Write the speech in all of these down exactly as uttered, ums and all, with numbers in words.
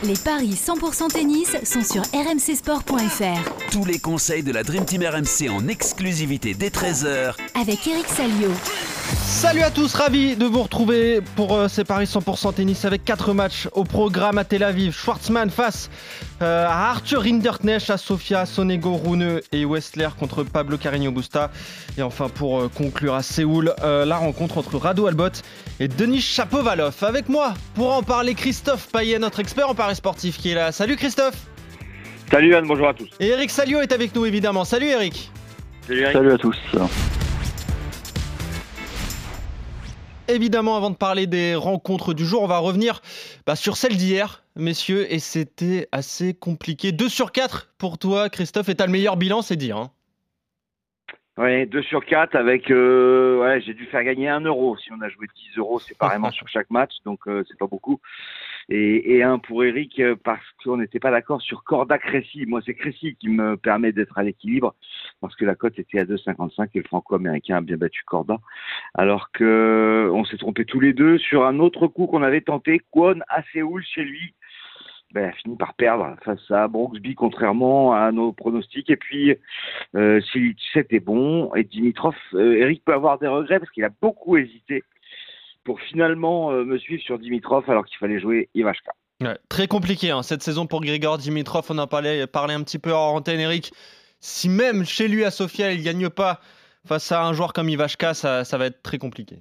Les paris cent pour cent tennis sont sur r m c sport point f r. Tous les conseils de la Dream Team R M C en exclusivité dès treize heures Avec Eric Salio. Salut à tous, ravi de vous retrouver pour euh, ces paris cent pour cent tennis avec quatre matchs au programme à Tel Aviv. Schwartzmann face euh, à Arthur Rinderknecht, à Sofia Sonego Rune et Wessler contre Pablo Carreño Busta. Et enfin pour euh, conclure à Séoul, euh, la rencontre entre Rado Albot et Denis Shapovalov. Avec moi pour en parler, Christophe Payet, notre expert en paris sportif qui est là. Salut Christophe. Salut Anne, bonjour à tous. Et Eric Salio est avec nous évidemment. Salut Eric. Salut Eric. Salut à tous. Évidemment, avant de parler des rencontres du jour, on va revenir bah, sur celle d'hier, messieurs, et c'était assez compliqué. deux sur quatre pour toi, Christophe, et t'as le meilleur bilan, c'est dire. Hein. Oui, deux sur quatre avec, euh, ouais, j'ai dû faire gagner un euro. Si on a joué dix euros séparément sur chaque match, donc euh, c'est pas beaucoup. Et, et un pour Eric euh, parce qu'on n'était pas d'accord sur Korda Crécy. Moi, c'est Crécy qui me permet d'être à l'équilibre parce que la cote était à deux virgule cinquante-cinq et le franco-américain a bien battu Korda. Alors que on s'est trompé tous les deux sur un autre coup qu'on avait tenté, Kwon à Séoul chez lui. Ben, a fini par perdre face à Brooksby, contrairement à nos pronostics. Et puis, euh, Silic était bon. Et Dimitrov, euh, Eric peut avoir des regrets parce qu'il a beaucoup hésité pour finalement euh, me suivre sur Dimitrov alors qu'il fallait jouer Ivashka. Ouais, très compliqué hein, cette saison pour Grigor Dimitrov. On en parlait, parlait un petit peu hors antenne, Eric. Si même chez lui à Sofia, il ne gagne pas face à un joueur comme Ivashka, ça, ça va être très compliqué.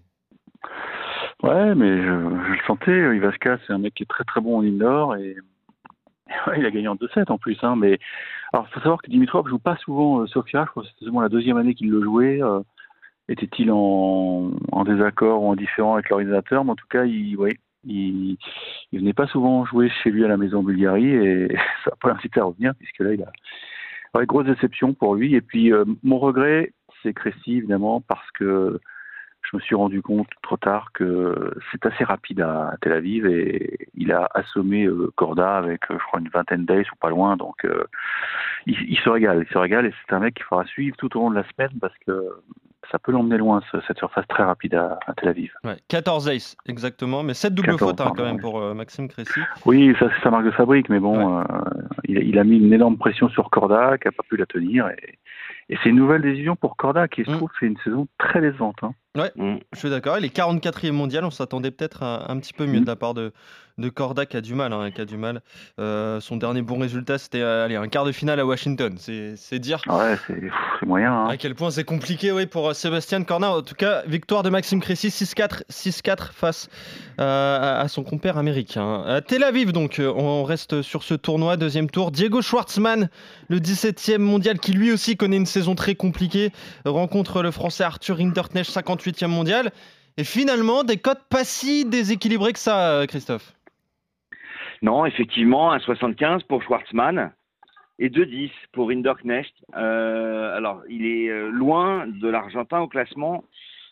Ouais, mais je, je le sentais. Ivashka, c'est un mec qui est très très bon en indoor et ouais, il a gagné en deux sept en plus. Hein, mais alors, il faut savoir que Dimitrov joue pas souvent euh, Sofia. Je crois que c'était seulement la deuxième année qu'il le jouait. Euh, était-il en, en désaccord ou en différend avec l'organisateur? Mais en tout cas, il, ouais, il, il venait pas souvent jouer chez lui à la maison en Bulgarie et ça n'a pas incité à revenir puisque là, il a ouais, grosse déception pour lui. Et puis, euh, mon regret, c'est Crécy évidemment parce que je me suis rendu compte trop tard que c'est assez rapide à Tel Aviv et il a assommé euh, Korda avec, euh, je crois, une vingtaine d'aces ou pas loin. Donc, euh, il, il se régale, il se régale et c'est un mec qu'il faudra suivre tout au long de la semaine parce que ça peut l'emmener loin, ce, cette surface très rapide à, à Tel Aviv. Ouais, quatorze aces, exactement, mais sept doubles fautes hein, quand même pour euh, Maxime Crécy. Oui, ça c'est sa marque de fabrique, mais bon, ouais. euh, il, il a mis une énorme pression sur Korda qui n'a pas pu la tenir et, et c'est une nouvelle décision pour Korda qui, je trouve, mmh. fait une saison très décevante. Hein. Ouais, mmh. je suis d'accord. Il est quarante-quatrième mondial. On s'attendait peut-être à un petit peu mieux mmh. de la part de, de Korda qui a du mal. Hein, qui a du mal. Euh, son dernier bon résultat, c'était allez, un quart de finale à Washington. C'est, c'est dire ouais, c'est, c'est moyen. Hein. À quel point c'est compliqué oui, pour Sébastien Korda. En tout cas, victoire de Maxime Crécy six quatre, six quatre face euh, à, à son compère américain. À Tel Aviv, donc, on reste sur ce tournoi. Deuxième tour. Diego Schwartzmann, le dix-septième mondial, qui lui aussi connaît une saison très compliquée, rencontre le français Arthur Rinderknecht, cinquante-huitième mondial. Et finalement, des cotes pas si déséquilibrées que ça, Christophe. Non, effectivement, un virgule soixante-quinze pour Schwartzmann et deux virgule dix pour Rinderknecht. Euh, alors, il est loin de l'Argentin au classement,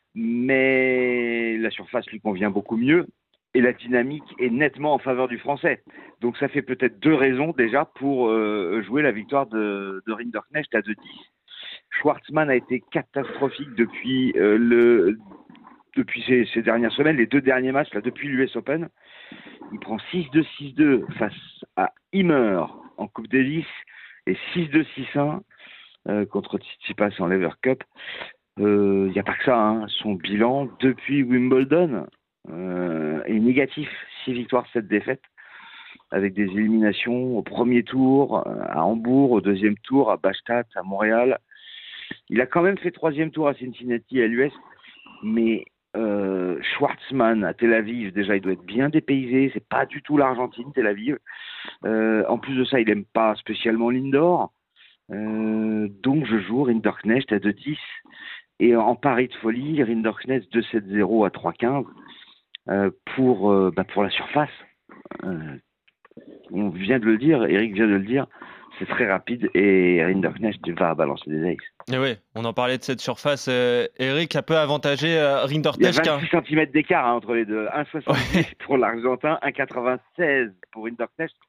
mais la surface lui convient beaucoup mieux et la dynamique est nettement en faveur du Français. Donc, ça fait peut-être deux raisons déjà pour euh, jouer la victoire de, de Rinderknecht à deux virgule dix. Schwartzmann a été catastrophique depuis euh, le depuis ces, ces dernières semaines, les deux derniers matchs, là, depuis l'U S Open. Il prend six deux, six deux face à Ymer en Coupe Davis et six deux, six un euh, contre Tsitsipas en Lever Cup. Il euh, n'y a pas que ça. Hein. Son bilan depuis Wimbledon euh, est négatif. six victoires, sept défaites avec des éliminations au premier tour à Hambourg, au deuxième tour à Bastad, à Montréal. Il a quand même fait troisième tour à Cincinnati à l'U S, mais euh, Schwartzmann à Tel Aviv, déjà il doit être bien dépaysé, c'est pas du tout l'Argentine, Tel Aviv. Euh, en plus de ça, il aime pas spécialement l'indoor, euh, donc je joue Rinderknecht à deux virgule dix et en pari de folie, Rinderknecht deux sept zéro à trois quinze euh, pour, euh, bah pour la surface. Euh, on vient de le dire, Eric vient de le dire. C'est très rapide et Rinderknecht va balancer des aces. Et oui, on en parlait de cette surface. Euh, Eric a peu avantagé euh, Rinderknecht. Il y a vingt-six centimètres d'écart hein, entre les deux. un virgule soixante-dix ouais. pour l'Argentin, un virgule quatre-vingt-seize pour Rinderknecht.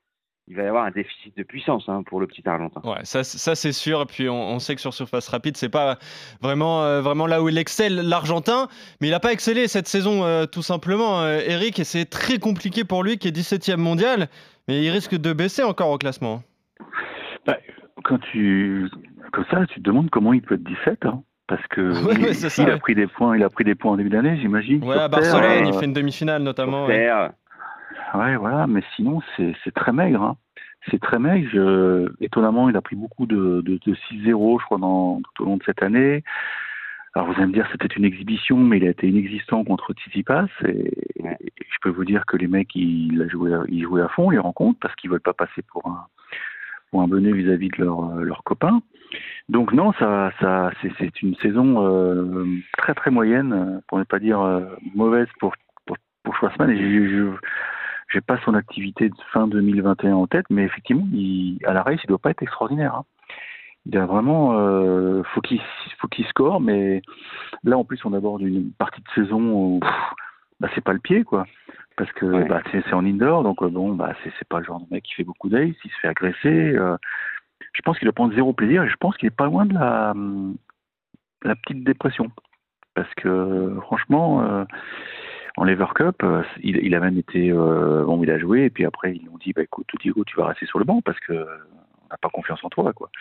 il va y avoir un déficit de puissance hein, pour le petit Argentin. Ouais, ça, ça c'est sûr. Et puis on, on sait que sur surface rapide, c'est pas vraiment, euh, vraiment là où il excelle l'Argentin, mais il n'a pas excellé cette saison euh, tout simplement, euh, Eric, et c'est très compliqué pour lui qui est dix-septième mondial, mais il risque de baisser encore au classement. Bah, quand tu comme ça, tu te demandes comment il peut être dix-sept, hein, parce que ouais, il, ouais, c'est ça, il a ouais. pris des points, il a pris des points en début d'année, j'imagine. Ouais, sur à terre, Barcelone, euh, il fait une demi-finale notamment. Sur Ouais. terre. Ouais, voilà, mais sinon c'est c'est très maigre. Hein. C'est très maigre. Je... Étonnamment, il a pris beaucoup de, de, de six zéro, je crois, dans, tout au long de cette année. Alors vous allez me dire c'était une exhibition, mais il a été inexistant contre Tsitsipas. Et, Ouais. et je peux vous dire que les mecs, ils, jouaient, ils jouaient à fond les rencontres parce qu'ils veulent pas passer pour un, pour un bonnet vis-à-vis de leurs leur copains. Donc non, ça, ça, c'est, c'est une saison euh, très très moyenne, pour ne pas dire euh, mauvaise pour pour, pour Schwartzman. Et je, je, j'ai pas son activité de fin deux mille vingt et un en tête, mais effectivement, il, à la race, il doit pas être extraordinaire. Hein. Il a vraiment, euh, faut qu'il, faut qu'il score, mais là en plus on aborde une partie de saison où pff, bah, c'est pas le pied quoi, parce que Ouais. bah, c'est, c'est en indoor, donc euh, bon bah c'est, c'est pas le genre de mec qui fait beaucoup d'ace, il se fait agresser. Euh, je pense qu'il doit prendre zéro plaisir et je pense qu'il est pas loin de la, la petite dépression, parce que franchement. Euh, En Lever Cup, euh, il, il a même été euh, bon, il a joué et puis après ils lui ont dit bah écoute Diego, tu vas rester sur le banc parce que euh, on n'a pas confiance en toi quoi.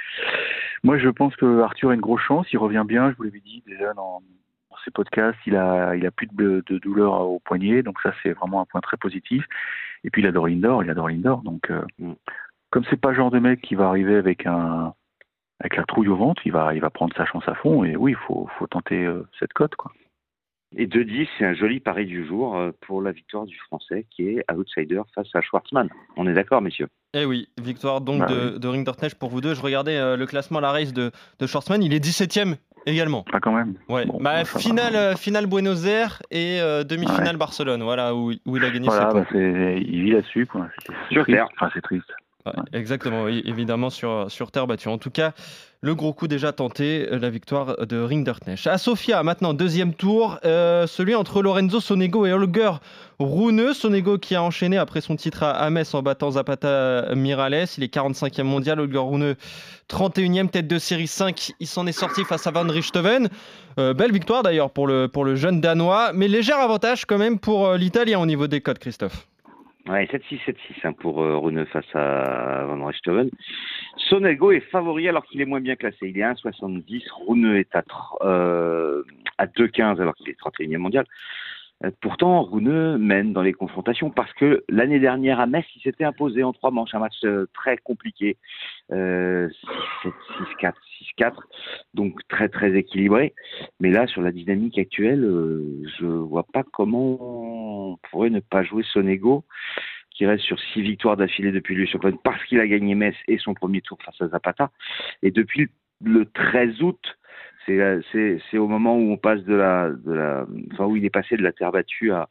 Moi je pense que Arthur a une grosse chance, il revient bien, je vous l'avais dit déjà dans, dans ses podcasts, il a il a plus de, de douleur au poignet, donc ça c'est vraiment un point très positif. Et puis il adore l'indoor, il adore l'indoor, donc euh, mm. comme c'est pas le genre de mec qui va arriver avec un avec la trouille au ventre, il va il va prendre sa chance à fond et oui il faut faut tenter euh, cette cote quoi. Et deux dix, c'est un joli pari du jour pour la victoire du Français qui est outsider face à Schwartzman. On est d'accord, messieurs? Eh oui, victoire donc bah, de, oui. de Rinderknecht pour vous deux. Je regardais euh, le classement à la race de, de Schwartzman, il est dix-septième également. Ah quand même. Ouais. Bon, bah, ça finale, va. euh, finale Buenos Aires et euh, demi-finale Ouais. Barcelone, voilà où, où il a gagné Voilà, ses points. bah c'est, il vit là-dessus quoi. C'est, c'est Sur triste. terre. Enfin c'est triste. Ouais, exactement, oui, évidemment sur, sur terre battue. En tout cas, le gros coup déjà tenté, la victoire de Rinderknecht. À Sofia, maintenant, deuxième tour, euh, celui entre Lorenzo Sonego et Holger Rune. Sonego qui a enchaîné après son titre à, à Metz en battant Zapata Miralles. Il est quarante-cinquième mondial, Holger Rune trente et unième, tête de série cinq. Il s'en est sorti face à Van Richthofen. Euh, belle victoire d'ailleurs pour le, pour le jeune Danois, mais léger avantage quand même pour euh, l'Italien au niveau des cotes, Christophe. Ouais, sept six, sept six hein, pour euh, Rune face à Van Richthofen. Sonego est favori alors qu'il est moins bien classé. Il est à un virgule soixante-dix. Rune est à, euh, à deux virgule quinze alors qu'il est trente et unième mondial. Euh, pourtant, Rune mène dans les confrontations parce que l'année dernière à Metz, il s'était imposé en trois manches. Un match euh, très compliqué. Euh, six sept, six quatre, six quatre. Donc très très équilibré. Mais là, sur la dynamique actuelle, euh, je vois pas comment on pourrait ne pas jouer Sonego, qui reste sur six victoires d'affilée depuis l'U S Open parce qu'il a gagné Metz et son premier tour face à Zapata. Et depuis le treize août, c'est, c'est, c'est au moment où on passe de la, de la, enfin où il est passé de la terre battue à,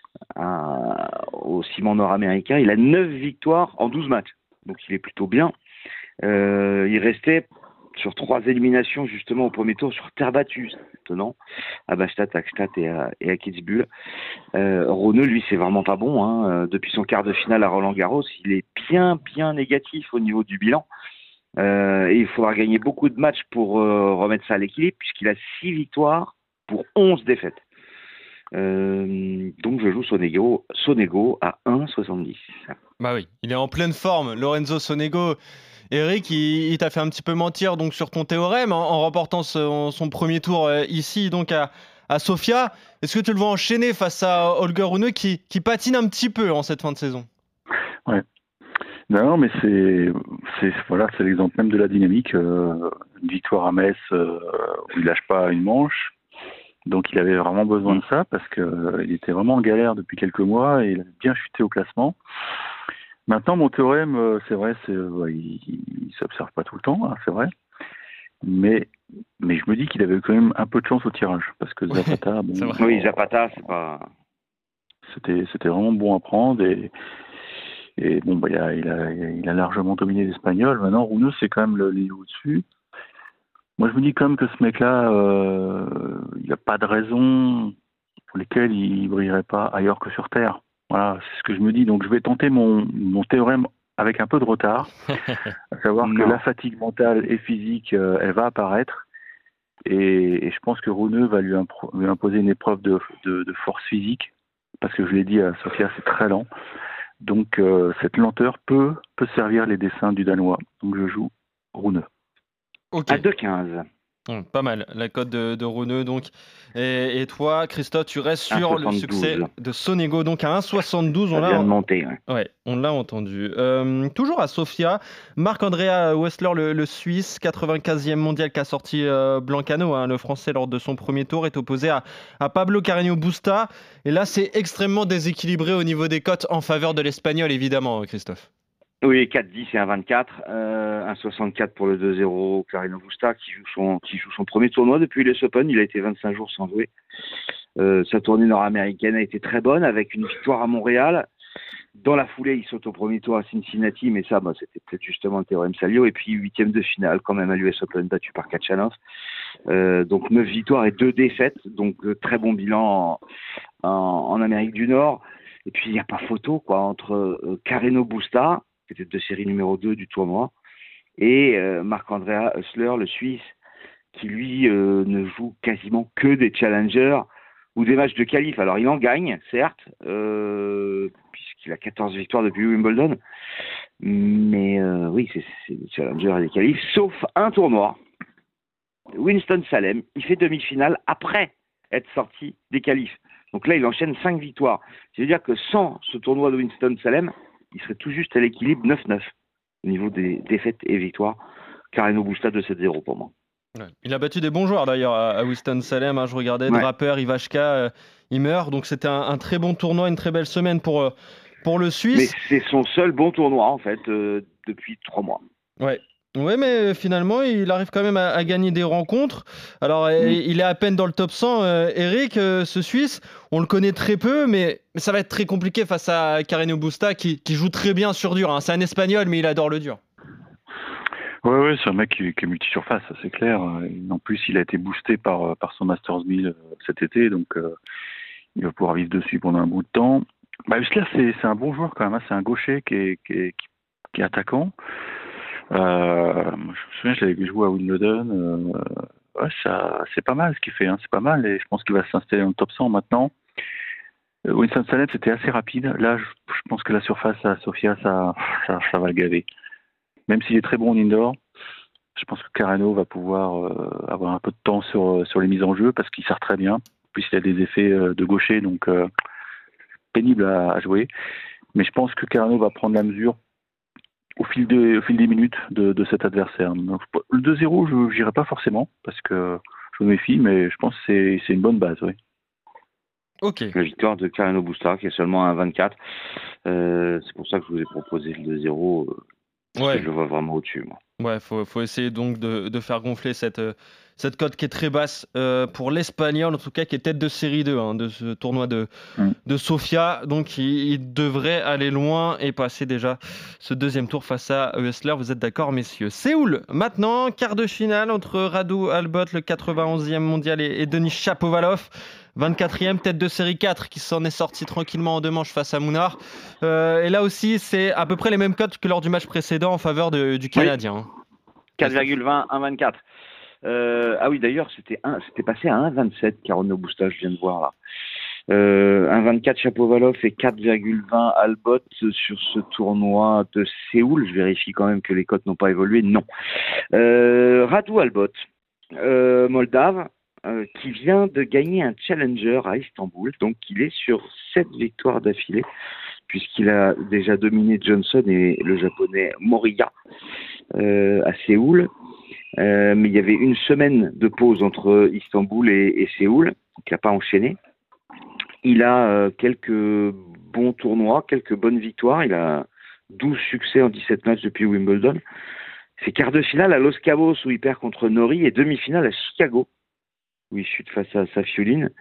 à, au ciment nord-américain. Il a neuf victoires en douze matchs. Donc il est plutôt bien. Euh, il restait sur trois éliminations justement au premier tour sur terre battue, c'est étonnant, à Bastad, à Gstaad et à, et à Kitzbühel. Euh, Rune, lui, c'est vraiment pas bon. Hein. Depuis son quart de finale à Roland-Garros, il est bien, bien négatif au niveau du bilan. Euh, et il faudra gagner beaucoup de matchs pour euh, remettre ça à l'équilibre, puisqu'il a six victoires pour onze défaites. Euh, donc je joue Sonego, Sonego à un virgule soixante-dix. Bah oui, il est en pleine forme, Lorenzo Sonego. Eric, il, il t'a fait un petit peu mentir donc sur ton théorème en, en remportant son, son premier tour euh, ici donc à, à Sofia. Est-ce que tu le vois enchaîner face à Holger Rune qui, qui patine un petit peu en cette fin de saison? Ouais. Non, mais c'est, c'est voilà, c'est l'exemple même de la dynamique. Euh, une victoire à Metz euh, où il lâche pas une manche. Donc il avait vraiment besoin de ça parce que euh, il était vraiment en galère depuis quelques mois et il a bien chuté au classement. Maintenant, mon théorème, euh, c'est vrai, c'est, euh, il, il s'observe pas tout le temps, hein, c'est vrai. Mais, mais je me dis qu'il avait quand même un peu de chance au tirage parce que Zapata, bon, vrai. Oui, Zapata, c'est pas. C'était, c'était vraiment bon à prendre et, et bon, bah, il a, il a, il a largement dominé l'Espagnol. Maintenant, Rune, c'est quand même le niveau au-dessus. Moi, je me dis quand même que ce mec-là, euh, il n'a pas de raison pour lesquelles il ne brillerait pas ailleurs que sur Terre. Voilà, c'est ce que je me dis. Donc, je vais tenter mon, mon théorème avec un peu de retard. À savoir que Non. la fatigue mentale et physique, euh, elle va apparaître. Et, et je pense que Rune va lui, impro- lui imposer une épreuve de, de, de force physique. Parce que je l'ai dit à Sofia, c'est très lent. Donc euh, cette lenteur peut, peut servir les dessins du Danois. Donc je joue Rune. Ok. À deux quinze. Hum, pas mal, la cote de, de Runeux donc. Et, et toi, Christophe, tu restes un sur le soixante-douze. succès de Sonego, donc à un virgule soixante-douze. Ça On l'a, vient de monter. Ouais. ouais, on l'a entendu. Euh, toujours à Sofia, Marc-Andrea Wessler, le, le Suisse, quatre-vingt-quinzième mondial qui a sorti euh, Blancano, hein, le Français, lors de son premier tour, est opposé à, à Pablo Carreño Busta. Et là, c'est extrêmement déséquilibré au niveau des cotes en faveur de l'Espagnol, évidemment, Christophe. Oui, quatre dix et un vingt-quatre. Euh, un soixante-quatre pour le deux zéro, Carreño Busta, qui joue, son, qui joue son premier tournoi depuis l'U S Open. Il a été vingt-cinq jours sans jouer. Euh, sa tournée nord-américaine a été très bonne, avec une victoire à Montréal. Dans la foulée, il saute au premier tour à Cincinnati, mais ça, bah, c'était peut-être justement le théorème Salio. Et puis, huitième de finale, quand même, à l'U S Open, battu par Kachanov. Euh, donc, neuf victoires et deux défaites. Donc, euh, très bon bilan en, en, en Amérique du Nord. Et puis, il n'y a pas photo, quoi, entre euh, Carreño Busta, qui était de série numéro deux du tournoi, et euh, Marc-Andrea Hussler, le Suisse, qui lui euh, ne joue quasiment que des challengers ou des matchs de qualif. Alors il en gagne, certes, euh, puisqu'il a quatorze victoires depuis Wimbledon, mais euh, oui, c'est, c'est des challengers et des qualifs, sauf un tournoi, Winston-Salem. Il fait demi-finale après être sorti des qualifs. Donc là, il enchaîne cinq victoires. C'est-à-dire que sans ce tournoi de Winston-Salem, il serait tout juste à l'équilibre neuf neuf au niveau des défaites et victoires. Carreño Busta deux sept zéro pour moi. Ouais. Il a battu des bons joueurs d'ailleurs à, à Winston-Salem. Hein, je regardais Ouais. Draper, Ivashka, euh, il meurt. Donc c'était un, un très bon tournoi, une très belle semaine pour, euh, pour le Mais Suisse. c'est son seul bon tournoi en fait euh, depuis trois mois. Ouais. Ouais, mais finalement, il arrive quand même à, à gagner des rencontres. Alors, Mm. euh, il est à peine dans le top cent. Euh, Eric, euh, ce Suisse, on le connaît très peu, mais, mais ça va être très compliqué face à Carreño Busta qui, qui joue très bien sur dur. Hein. C'est un Espagnol, mais il adore le dur. Ouais, ouais, c'est un mec qui, qui est multi-surface, ça, c'est clair. En plus, il a été boosté par, par son Masters mille cet été, donc euh, il va pouvoir vivre dessus pendant un bout de temps. Bah, Hussler, c'est, c'est un bon joueur quand même. Hein. C'est un gaucher qui est, qui est, qui est attaquant. Euh, je me souviens, je l'avais vu jouer à Wimbledon. Euh, ouais, ça, c'est pas mal ce qu'il fait, hein, c'est pas mal. Et je pense qu'il va s'installer dans le top cent maintenant. Euh, Winston-Salem, c'était assez rapide. Là, je, je pense que la surface à Sofia, ça, ça, ça va le gaver. Même s'il est très bon en indoor, je pense que Carreño va pouvoir euh, avoir un peu de temps sur, sur les mises en jeu parce qu'il sert très bien. Puis il a des effets euh, de gaucher, donc euh, pénible à, à jouer. Mais je pense que Carreño va prendre la mesure au fil, de, au fil des minutes de, de cet adversaire. Donc, le deux zéro, je n'irai pas forcément parce que je me méfie, mais je pense que c'est, c'est une bonne base. Oui. Ok. La victoire de Carreño Busta qui est seulement à un vingt-quatre. Euh, c'est pour ça que je vous ai proposé le deux zéro. Euh, parce Ouais. que je le vois vraiment au-dessus, moi. Ouais, faut, faut essayer donc de, de faire gonfler cette, euh, cette cote qui est très basse euh, pour l'Espagnol, en tout cas qui est tête de série deux hein, de ce tournoi de, Mm. de Sofia. Donc il, il devrait aller loin et passer déjà ce deuxième tour face à Hussler. Vous êtes d'accord, messieurs? Séoul, maintenant, quart de finale entre Radu Albot, le quatre-vingt-onzième mondial, et, et Denis Shapovalov, vingt-quatrième, tête de série quatre, qui s'en est sorti tranquillement en deux manches face à Mounar. Euh, et là aussi, c'est à peu près les mêmes cotes que lors du match précédent en faveur de, du Canadien. Oui. quatre virgule vingt, un virgule vingt-quatre. Euh, ah oui, d'ailleurs, c'était, un, c'était passé à un virgule vingt-sept, Carreño Busta, je viens de voir là. Euh, un virgule vingt-quatre Shapovalov et quatre virgule vingt Albot sur ce tournoi de Séoul. Je vérifie quand même que les cotes n'ont pas évolué. Non. Euh, Radu Albot, euh, Moldave, euh, qui vient de gagner un challenger à Istanbul. Donc, il est sur sept victoires d'affilée, puisqu'il a déjà dominé Johnson et le japonais Moriya euh, à Séoul. Euh, mais il y avait une semaine de pause entre Istanbul et, et Séoul, donc il n'a pas enchaîné. Il a euh, quelques bons tournois, quelques bonnes victoires. Il a douze succès en dix-sept matchs depuis Wimbledon. C'est quart de finale à Los Cabos où il perd contre Norrie et demi-finale à Chicago où il chute face à Safioline.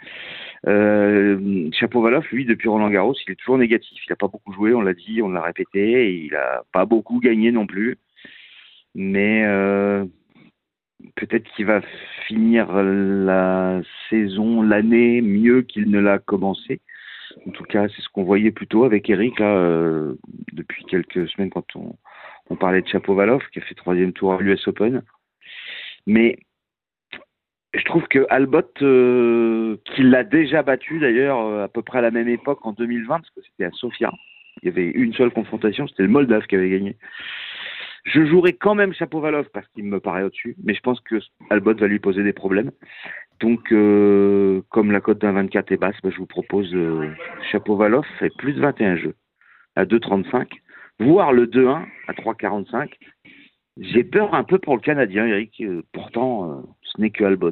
Euh, Shapovalov, lui, depuis Roland Garros, il est toujours négatif. Il n'a pas beaucoup joué, on l'a dit, on l'a répété. Et il n'a pas beaucoup gagné non plus. Mais euh, peut-être qu'il va finir la saison, l'année, mieux qu'il ne l'a commencé. En tout cas, c'est ce qu'on voyait plutôt avec Eric là, euh, depuis quelques semaines quand on, on parlait de Shapovalov, qui a fait troisième tour à l'U S Open. Mais je trouve que Albot, euh, qui l'a déjà battu d'ailleurs euh, à peu près à la même époque en deux mille vingt, parce que c'était à Sofia, il y avait une seule confrontation, c'était le Moldave qui avait gagné. Je jouerai quand même Shapovalov parce qu'il me paraît au-dessus, mais je pense que Albot va lui poser des problèmes. Donc, euh, comme la cote d'un vingt-quatre est basse, bah, je vous propose euh, Shapovalov fait plus de vingt et un jeux à deux trente-cinq, voire le deux un à trois quarante-cinq. J'ai peur un peu pour le Canadien, Eric. Euh, pourtant, euh, ce n'est que Albot.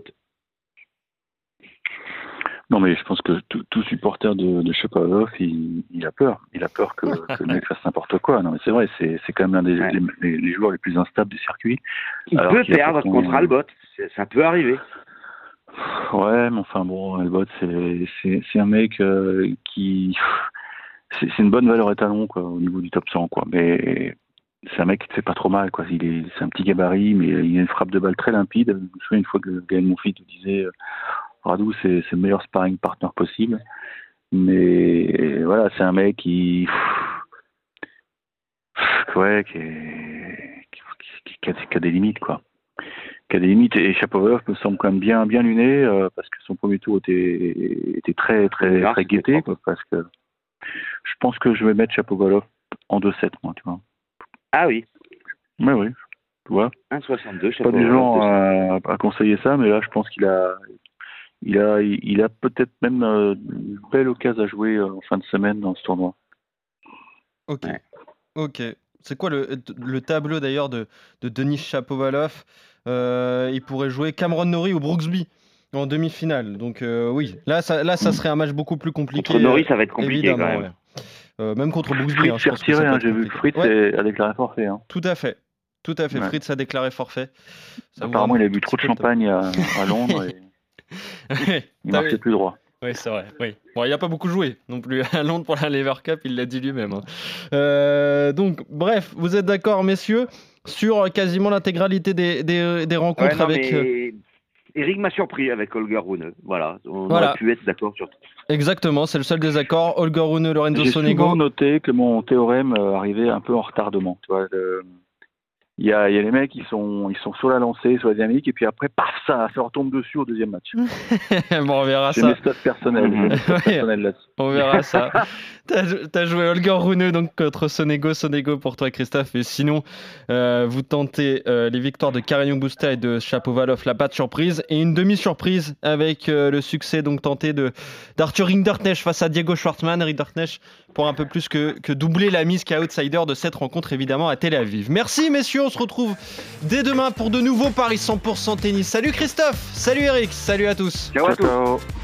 Non, mais je pense que tout, tout supporter de, de Shapovalov, il, il a peur. Il a peur que, que le mec fasse n'importe quoi. Non, mais c'est vrai, c'est, c'est quand même l'un des Ouais. les, les joueurs les plus instables du circuit. Il Alors peut qu'il a perdre pourtant- contre Albot, c'est- ça peut arriver. Ouais, mais enfin bon, Albot, c'est, c'est, c'est un mec euh, qui... C'est, c'est une bonne valeur étalon, quoi, au niveau du top cent, quoi. Mais c'est un mec qui te fait pas trop mal, quoi. Il est, c'est un petit gabarit, mais il a une frappe de balle très limpide. Je me souviens une fois que Gaël Monfils nous disait euh, Radou, c'est, c'est le meilleur sparring partner possible. Mais voilà, c'est un mec qui... Ouais, qui, est, qui, qui, qui, a, qui a des limites, quoi. Qui a des limites, et Shapovalov me semble quand même bien, bien luné, euh, parce que son premier tour était, était très, très, Là, très guetté, quoi, parce que je pense que je vais mettre Shapovalov en deux sept, moi, tu vois. Ah oui, Ouais, oui, tu vois. un soixante-deux. Pas du genre à, à conseiller ça, mais là, je pense qu'il a, il a, il a peut-être même euh, une belle occasion à jouer euh, en fin de semaine dans ce tournoi. Ok. Ouais. Ok. C'est quoi le, le tableau d'ailleurs de, de Denis Shapovalov? Euh, Il pourrait jouer Cameron Norrie ou Brooksby en demi-finale. Donc euh, oui, là ça, là, ça serait un match beaucoup plus compliqué. Contre Norrie, ça va être compliqué évidemment, quand même. ouais. Euh, même contre Brooksby. Fritz hein, je s'est pense que ça retiré, peut hein, être j'ai vu que compliqué. Fritz Ouais, a déclaré forfait. Hein. tout à fait. Tout à fait. Ouais. Fritz a déclaré forfait. Ça vous Apparemment, rend il a un bu tout trop de petit peu champagne à, à Londres et Ouais, il t'as marchait vu. plus droit. Oui, c'est vrai. Oui. Bon, il n'a pas beaucoup joué non plus à Londres pour la Lever Cup, il l'a dit lui-même. hein. Euh, donc, bref, vous êtes d'accord, messieurs, sur quasiment l'intégralité des, des, des rencontres Ouais, non, avec. euh, mais Eric m'a surpris avec Holger Rune. Voilà, on Voilà. aurait pu être d'accord sur tout. Exactement, c'est le seul désaccord. Holger Rune, Lorenzo J'ai Sonego. souvent noté que mon théorème euh, arrivait un peu en retardement. Tu vois, le- il y a, il y a les mecs, ils sont, ils sont sur la lancée, sur la dynamique, et puis après, paf, ça, ça retombe dessus au deuxième match. Bon, on verra J'ai ça. mes stats personnels, j'ai mes stats Ouais. personnels là-dessus. On verra ça. T'as, t'as joué Holger Rune donc contre Sonego, Sonego pour toi Christophe. Et sinon, euh, vous tentez euh, les victoires de Karen Busta et de Shapovalov, la patte surprise, et une demi-surprise avec euh, le succès donc tenté de d'Arthur Rinderknecht face à Diego Schwartzmann. Rinderknecht pour un peu plus que, que doubler la mise qui est outsider de cette rencontre évidemment à Tel Aviv. Merci messieurs, on se retrouve dès demain pour de nouveaux paris cent pour cent tennis. Salut Christophe, salut Eric, salut à tous. Ciao à tous. Ciao, ciao.